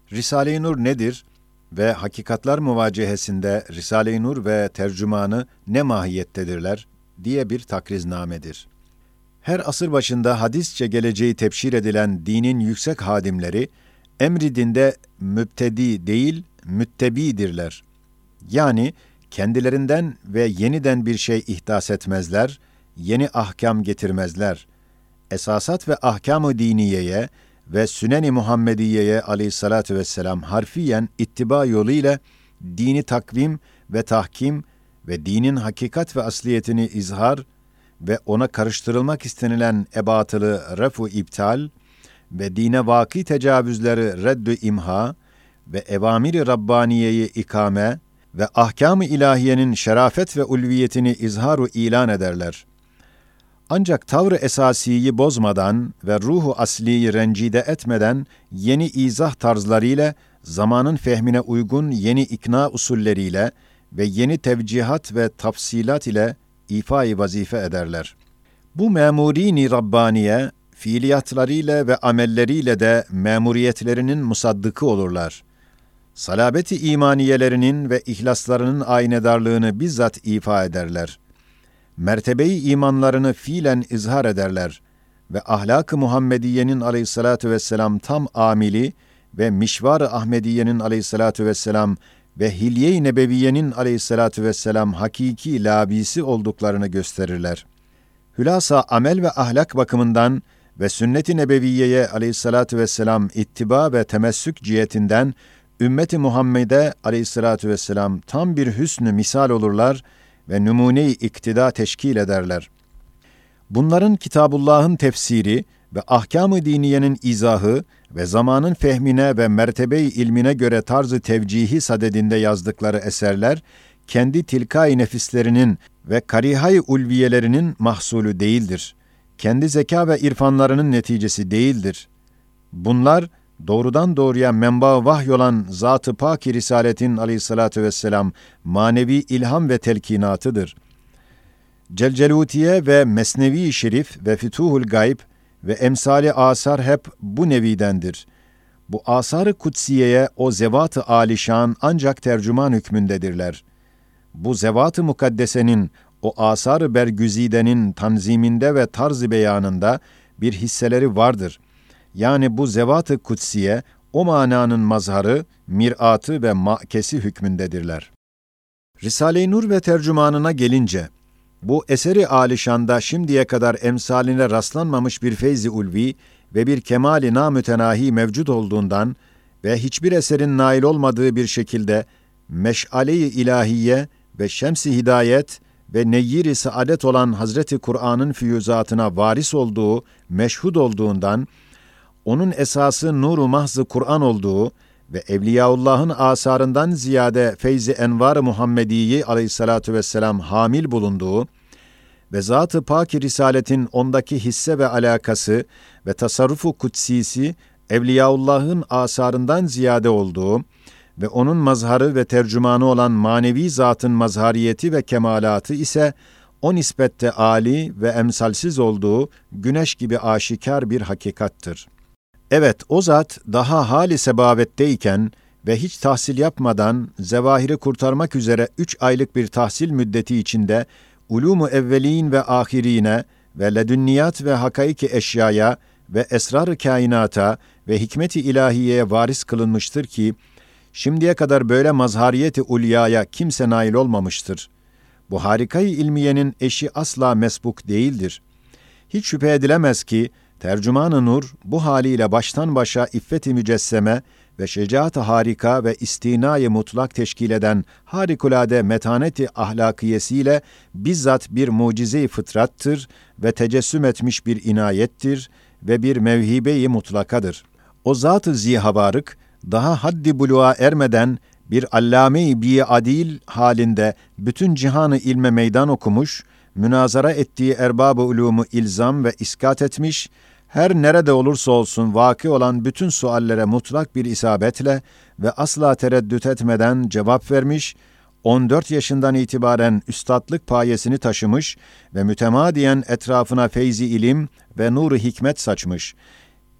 Risale-i Nur nedir ve hakikatlar muvacehesinde Risale-i Nur ve tercümanı ne mahiyettedirler diye bir takriznamedir. Her asır başında hadisçe geleceği tebşir edilen dinin yüksek hadimleri, emri dinde mübtedi değil, müttebidirler. Yani kendilerinden ve yeniden bir şey ihdas etmezler, yeni ahkam getirmezler. Esasat ve ahkam-ı diniyeye ve Sünen-i Muhammediye'ye aleyhissalatu vesselam harfiyen ittiba yoluyla dini takvim ve tahkim ve dinin hakikat ve asliyetini izhar ve ona karıştırılmak istenilen ebatılı ref-u iptal ve dine vaki tecavüzleri reddü imha ve evamiri Rabbaniye'yi ikame ve ahkam-ı ilahiyenin şerafet ve ulviyetini izharu ilan ederler. Ancak tavrı esasiyi bozmadan ve ruhu asliyi rencide etmeden yeni izah tarzlarıyla, zamanın fehmine uygun yeni ikna usulleriyle ve yeni tevcihat ve tafsilat ile ifai vazife ederler. Bu memurîn-i Rabbaniye, fiiliyatlarıyla ve amelleriyle de memuriyetlerinin musaddıkı olurlar. Salabeti imaniyelerinin ve ihlaslarının aynedarlığını bizzat ifa ederler. Mertebeyi imanlarını fiilen izhar ederler ve ahlak-ı Muhammediye'nin aleyhissalatu vesselam tam amili ve mişvar-ı Ahmediye'nin aleyhissalatu vesselam ve hilye-i nebeviyenin aleyhissalatu vesselam hakiki labisi olduklarını gösterirler. Hülasa amel ve ahlak bakımından ve sünnet-i nebeviyeye aleyhissalatu vesselam ittiba ve temessük cihetinden ümmeti Muhammed'e aleyhissalatu vesselam tam bir hüsnü misal olurlar ve numune-i iktida teşkil ederler. Bunların Kitabullah'ın tefsiri ve ahkam-ı diniyenin izahı ve zamanın fehmine ve mertebe-i ilmine göre tarzı tevcihi sadedinde yazdıkları eserler, kendi tilka-i nefislerinin ve karihay-i ulviyelerinin mahsulü değildir. Kendi zeka ve irfanlarının neticesi değildir. Bunlar, doğrudan doğruya menba vahy olan Zat-ı Pak-i Risaletin aleyhissalatu vesselam manevi ilham ve telkinatıdır. Celcelutiye ve Mesnevi-i Şerif ve Fütuhul Gayb ve emsali asar hep bu nevidendir. Bu asar-ı kutsiyeye o zevat-ı alişan ancak tercüman hükmündedirler. Bu zevat-ı mukaddesenin o asar-ı bergüzidenin tanziminde ve tarz-ı beyanında bir hisseleri vardır. Yani bu zevat-ı kutsiye o mananın mazharı, mir'atı ve ma'kesi hükmündedirler. Risale-i Nur ve tercümanına gelince, bu eseri alişanda şimdiye kadar emsaline rastlanmamış bir feyz-i ulvi ve bir kemali namütenahi mevcut olduğundan ve hiçbir eserin nail olmadığı bir şekilde meş'ale-i ilahiye ve şems-i hidayet ve neyyir-i saadet olan Hazreti Kur'an'ın füyüzatına varis olduğu, meşhud olduğundan, onun esası nur-u mahz-ı Kur'an olduğu ve Evliyaullah'ın asarından ziyade feyz-i envar-ı Muhammediyi aleyhissalatu vesselam hamil bulunduğu ve Zat-ı Pak-i Risaletin ondaki hisse ve alakası ve tasarrufu kutsisi Evliyaullah'ın asarından ziyade olduğu ve onun mazharı ve tercümanı olan manevi zatın mazhariyeti ve kemalatı ise o nispette âli ve emsalsiz olduğu güneş gibi aşikar bir hakikattır. Evet, o zat daha hali sebavetteyken ve hiç tahsil yapmadan zevahiri kurtarmak üzere 3 aylık bir tahsil müddeti içinde ulûm-u evvelîn ve âhirîne ve ledünniyat ve hakaik-i eşyaya ve esrar-ı kainata ve hikmet-i ilahiyeye varis kılınmıştır ki, şimdiye kadar böyle mazhariyeti ulyaya kimse nail olmamıştır. Bu harikayı ilmiyenin eşi asla mesbuk değildir. Hiç şüphe edilemez ki, Tercüman-ı Nur bu haliyle baştan başa iffet-i mücesseme ve şecaat-ı harika ve istina-i mutlak teşkil eden harikulade metanet-i ahlakiyesiyle bizzat bir mucize-i fıtrattır ve tecessüm etmiş bir inayettir ve bir mevhibe-i mutlakadır. O zat-ı zihavarık daha haddi buluğa ermeden bir allame-i bi'adil halinde bütün cihanı ilme meydan okumuş, münazara ettiği erbab-ı ulûmu ilzam ve iskat etmiş, her nerede olursa olsun vaki olan bütün suallere mutlak bir isabetle ve asla tereddüt etmeden cevap vermiş, 14 yaşından itibaren üstadlık payesini taşımış ve mütemadiyen etrafına feyzi ilim ve nuru hikmet saçmış.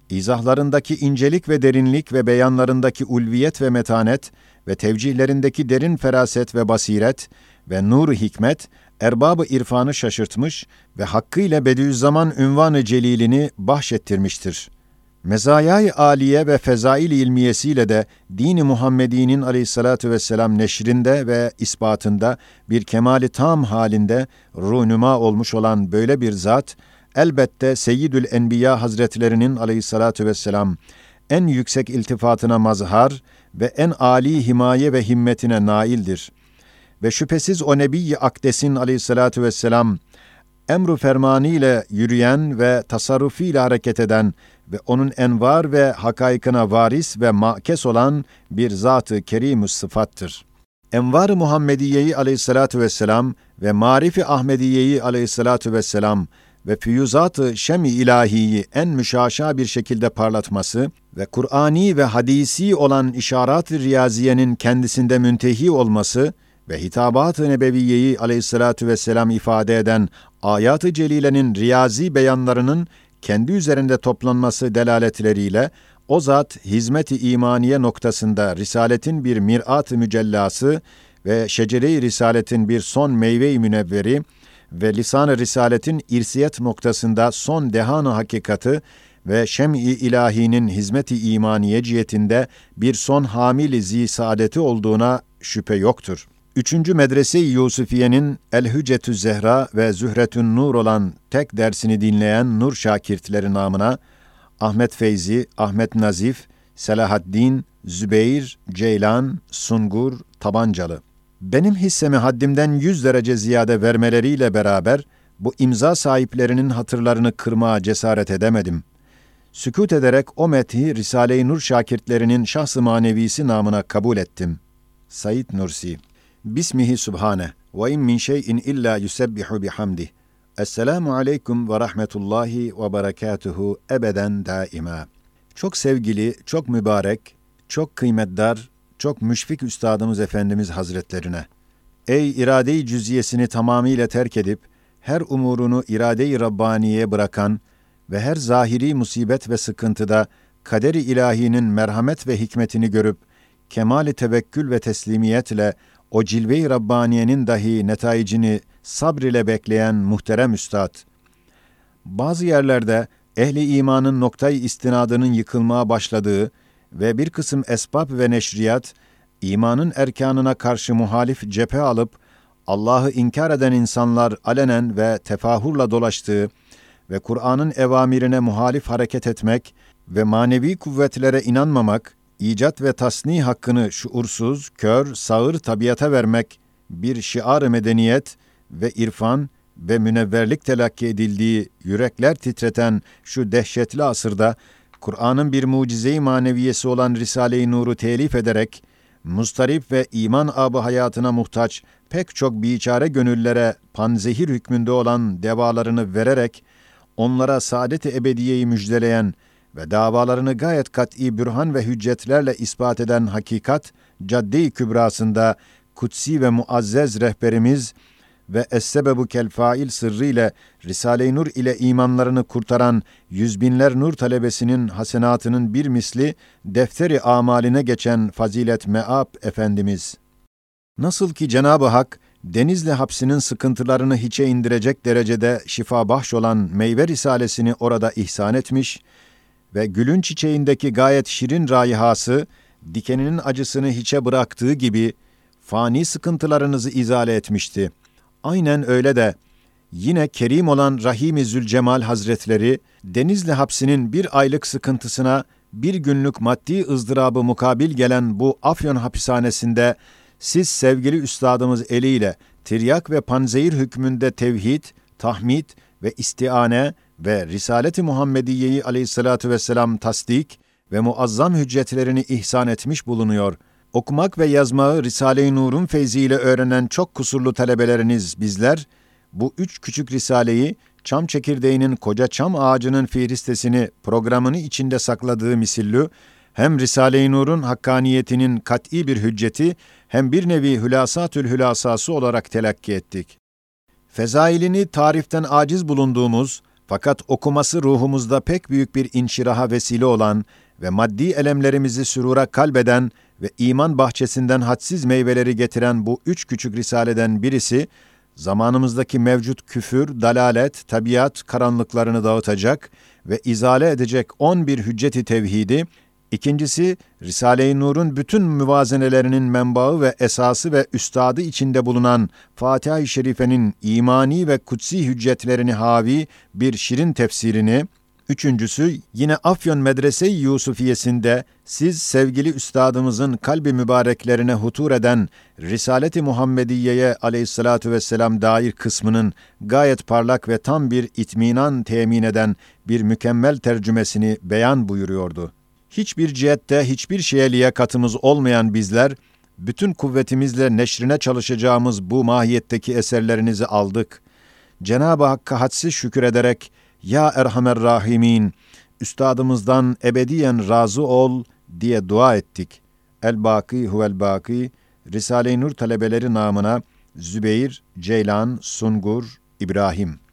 İzahlarındaki incelik ve derinlik ve beyanlarındaki ulviyet ve metanet ve tevcihlerindeki derin feraset ve basiret ve nur-u hikmet, erbab-ı irfanı şaşırtmış ve hakkıyla Bediüzzaman ünvan-ı celilini bahşettirmiştir. Mezayâ-i âliye ve fezail-i ilmiyesiyle de din-i Muhammedi'nin aleyhissalâtu vesselam neşrinde ve ispatında bir kemali tam halinde ruhnuma olmuş olan böyle bir zat, elbette Seyyidül Enbiya Hazretlerinin aleyhissalâtu vesselam en yüksek iltifatına mazhar ve en âli himaye ve himmetine naildir. Ve şüphesiz o Nebi-i Akdes'in aleyhissalâtu vesselam emru fermanı ile yürüyen ve tasarrufiyle hareket eden ve onun envar ve hakaykına varis ve makes olan bir zat-ı kerim-ü sıfattır. Envar-ı Muhammediye'yi aleyhissalâtu vesselam ve Marif-i Ahmediye'yi aleyhissalâtu vesselam ve füyuzat-ı şem-i ilahiyi en müşaşa bir şekilde parlatması ve Kur'ani ve hadisi olan işarat-ı riyaziyenin kendisinde müntehi olması ve hitabat-ı nebeviyeyi aleyhissalâtu vesselam ifade eden ayat-ı celilenin riyazi beyanlarının kendi üzerinde toplanması delaletleriyle o zat hizmet-i imaniye noktasında risaletin bir mirat-ı mücellası ve şecere-i risaletin bir son meyve-i münevveri ve lisan-ı risaletin irsiyet noktasında son dehan-ı hakikati ve şem-i ilahinin hizmet-i imaniye cihetinde bir son hamil-i zi-saadeti olduğuna şüphe yoktur. 3. Medrese-i Yusufiye'nin El-Hüccetü Zehra ve Zühretün Nur olan tek dersini dinleyen nur şakirtleri namına Ahmet Feyzi, Ahmet Nazif, Selahaddin, Zübeyir, Ceylan, Sungur, Tabancalı. Benim hissemi haddimden 100 derece ziyade vermeleriyle beraber bu imza sahiplerinin hatırlarını kırmaya cesaret edemedim. Sükût ederek o methi Risale-i Nur şakirtlerinin şahs-ı manevisi namına kabul ettim. Said Nursi. Bismihi Subhane ve in min şeyin illa yusebbihu bihamdih. Esselamu aleyküm ve rahmetullahi ve berekatuhu ebeden daima. Çok sevgili, çok mübarek, çok kıymetdar, çok müşfik Üstadımız Efendimiz Hazretlerine. Ey irade-i cüziyesini tamamıyla terk edip, her umurunu irade-i Rabbaniye'ye bırakan ve her zahiri musibet ve sıkıntıda kader-i ilahinin merhamet ve hikmetini görüp, kemal-i tevekkül ve teslimiyetle o cilve-i Rabbaniye'nin dahi netaicini sabr ile bekleyen muhterem üstad. Bazı yerlerde ehli imanın noktayı istinadının yıkılmaya başladığı ve bir kısım esbab ve neşriyat, imanın erkanına karşı muhalif cephe alıp, Allah'ı inkar eden insanlar alenen ve tefahurla dolaştığı ve Kur'an'ın evamirine muhalif hareket etmek ve manevi kuvvetlere inanmamak, icat ve tasni hakkını şuursuz, kör, sağır tabiata vermek, bir şiar-ı medeniyet ve irfan ve münevverlik telakki edildiği yürekler titreten şu dehşetli asırda, Kur'an'ın bir mucize-i maneviyesi olan Risale-i Nur'u telif ederek, mustarip ve iman ab-ı hayatına muhtaç pek çok biçare gönüllere panzehir hükmünde olan devalarını vererek, onlara saadet-i ebediyeyi müjdeleyen ve davalarını gayet kat'i bürhan ve hüccetlerle ispat eden hakikat, cadde-i kübrasında kutsi ve muazzez rehberimiz ve es-sebebu kel-fail sırrı ile Risale-i Nur ile imanlarını kurtaran yüz binler nur talebesinin hasenatının bir misli defteri amaline geçen fazilet me'ab Efendimiz. Nasıl ki Cenab-ı Hak Denizli hapsinin sıkıntılarını hiçe indirecek derecede şifa bahş olan meyve risalesini orada ihsan etmiş ve gülün çiçeğindeki gayet şirin raihası dikeninin acısını hiçe bıraktığı gibi fani sıkıntılarınızı izale etmişti. Aynen öyle de yine kerim olan Rahim-i Zülcemal Hazretleri Denizli hapsinin bir aylık sıkıntısına bir günlük maddi ızdırabı mukabil gelen bu Afyon hapishanesinde siz sevgili üstadımız eliyle tiryak ve panzehir hükmünde tevhid, tahmid ve istiane ve Risalet-i Muhammediye'yi aleyhissalatu vesselam tasdik ve muazzam hüccetlerini ihsan etmiş bulunuyor. Okumak ve yazmayı Risale-i Nur'un feyziyle öğrenen çok kusurlu talebeleriniz bizler, bu 3 küçük risaleyi çam çekirdeğinin koca çam ağacının fihristesini programını içinde sakladığı misillü, hem Risale-i Nur'un hakkaniyetinin kat'i bir hücceti, hem bir nevi hülasatül hülasası olarak telakki ettik. Fezailini tariften aciz bulunduğumuz, Fakat okuması ruhumuzda pek büyük bir inşiraha vesile olan ve maddi elemlerimizi sürura kalbeden ve iman bahçesinden hadsiz meyveleri getiren bu 3 küçük risaleden birisi, zamanımızdaki mevcut küfür, dalalet, tabiat karanlıklarını dağıtacak ve izale edecek 11 hücceti tevhidi, İkincisi, Risale-i Nur'un bütün müvazenelerinin menbaı ve esası ve üstadı içinde bulunan Fatiha-i Şerife'nin imani ve kutsi hüccetlerini havi bir şirin tefsirini, üçüncüsü, yine Afyon Medrese-i Yusufiyesinde siz sevgili üstadımızın kalbi mübareklerine hutur eden Risalet-i Muhammediye'ye aleyhissalatu vesselam dair kısmının gayet parlak ve tam bir itminan temin eden bir mükemmel tercümesini beyan buyuruyordu. Hiçbir cihette hiçbir şeye liyakatımız olmayan bizler, bütün kuvvetimizle neşrine çalışacağımız bu mahiyetteki eserlerinizi aldık. Cenab-ı Hakk'a hadsiz şükür ederek, Ya Erhamer Rahimin, üstadımızdan ebediyen razı ol diye dua ettik. El-Baki huvel-Baki, Risale-i Nur talebeleri namına Zübeyir, Ceylan, Sungur, İbrahim.